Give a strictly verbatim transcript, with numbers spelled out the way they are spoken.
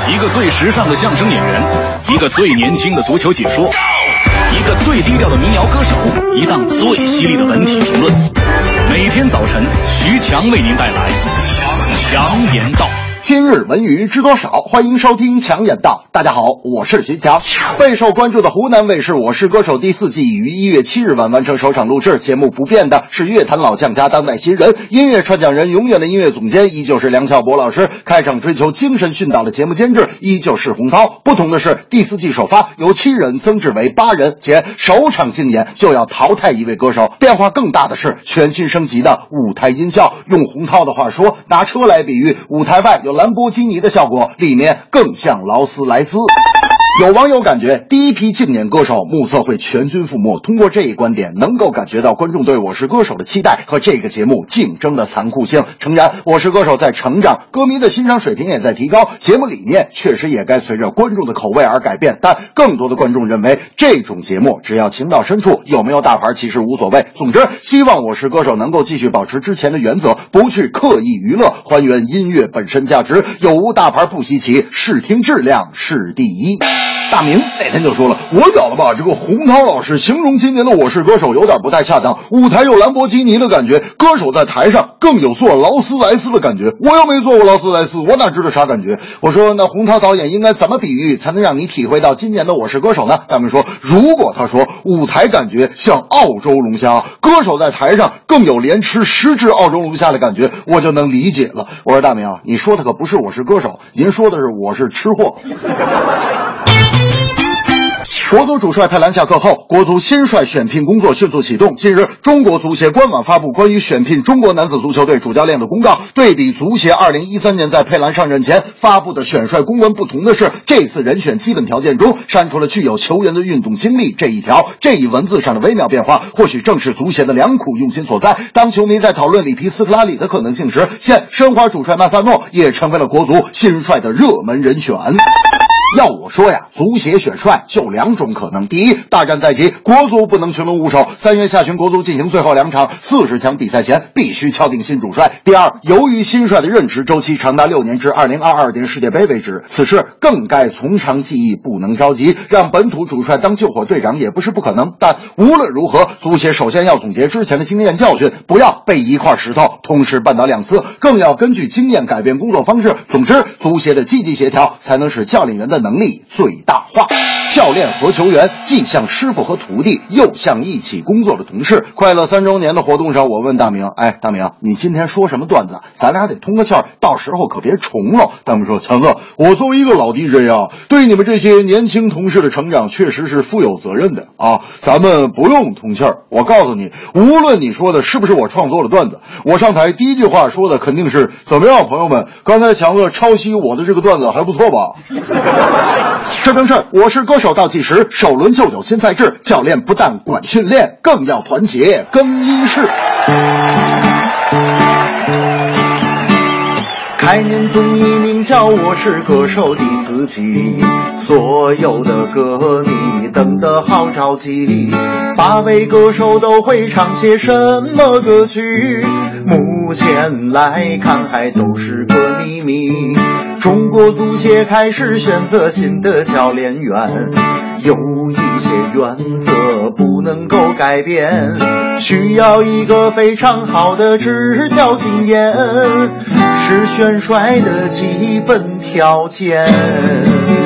一个最时尚的相声演员，一个最年轻的足球解说，一个最低调的民谣歌手，一档最犀利的文体评论。每天早晨，徐强为您带来强言道。 今日文娱知多少？欢迎收听强言道。大家好，我是徐强。备受关注的湖南卫视《我是歌手》第四季已于一月七日晚完成首场录制。节目不变的是乐坛老将加当代新人，音乐传讲人永远的音乐总监依旧是梁晓波老师，开场追求精神训导的节目监制依旧是洪涛。不同的是，第四季首发由七人增至为八人，且首场竞演就要淘汰一位歌手。变化更大的是全新升级的舞台音效。用洪涛的话说，拿车来比喻，舞台外有兰博基尼的效果，里面更像劳斯莱斯。有网友感觉第一批竞演歌手目测会全军覆没，通过这一观点能够感觉到观众对我是歌手的期待和这个节目竞争的残酷性。诚然，我是歌手在成长，歌迷的欣赏水平也在提高，节目理念确实也该随着观众的口味而改变，但更多的观众认为这种节目只要情到深处，有没有大牌其实无所谓。总之，希望我是歌手能够继续保持之前的原则，不去刻意娱乐，还原音乐本身价值，有无大牌不稀奇，视听质量是第一。大明那天就说了，我觉得吧，这个洪涛老师形容今年的我是歌手有点不太恰当，舞台有兰博基尼的感觉，歌手在台上更有坐劳斯莱斯的感觉。我又没坐过劳斯莱斯，我哪知道啥感觉？我说那洪涛导演应该怎么比喻才能让你体会到今年的我是歌手呢？大明说，如果他说舞台感觉像澳洲龙虾，歌手在台上更有连吃十只澳洲龙虾的感觉，我就能理解了。我说大明啊，你说的可不是我是歌手，您说的是我是吃货。国足主帅佩兰下课后，国足新帅选聘工作迅速启动。近日，中国足协官网发布关于选聘中国男子足球队主教练的公告。对比足协二零一三年在佩兰上任前发布的选帅公文不同的是，这次人选基本条件中删除了具有球员的运动经历这一条。这一文字上的微妙变化，或许正是足协的良苦用心所在。当球迷在讨论里皮斯克拉里的可能性时，现申花主帅曼萨诺也成为了国足新帅的热门人选。要我说呀，足协选帅就两种可能。第一，大战在即，国足不能群龙无首，三月下旬国足进行最后两场四十强比赛前必须敲定新主帅。第二，由于新帅的任职周期长达六年，至二零二二年世界杯为止，此事更该从长计议，不能着急，让本土主帅当救火队长也不是不可能。但无论如何，足协首先要总结之前的经验教训，不要被一块石头同时绊倒两次，更要根据经验改变工作方式。总之，足协的积极协调才能使教练员的能力最大化。教练和球员既像师傅和徒弟，又像一起工作的同事。快乐三周年的活动上，我问大明，哎，大明，你今天说什么段子？咱俩得通个气儿，到时候可别重了。大明说，强子，我作为一个老 D J 啊，对你们这些年轻同事的成长确实是负有责任的啊，咱们不用通气儿。我告诉你，无论你说的是不是我创作的段子，我上台第一句话说的肯定是，怎么样，朋友们，刚才强子抄袭我的这个段子还不错吧？这正是我是歌手倒计时，首轮就有新赛制，教练不但管训练，更要团结更衣室。开年综艺名叫《我是歌手》第四季，所有的歌迷等得好着急，八位歌手都会唱些什么歌曲？目前来看还都是个秘密。中国足协开始选择新的教练员，有一些原则不能够改变，需要一个非常好的执教经验，是选帅的基本条件。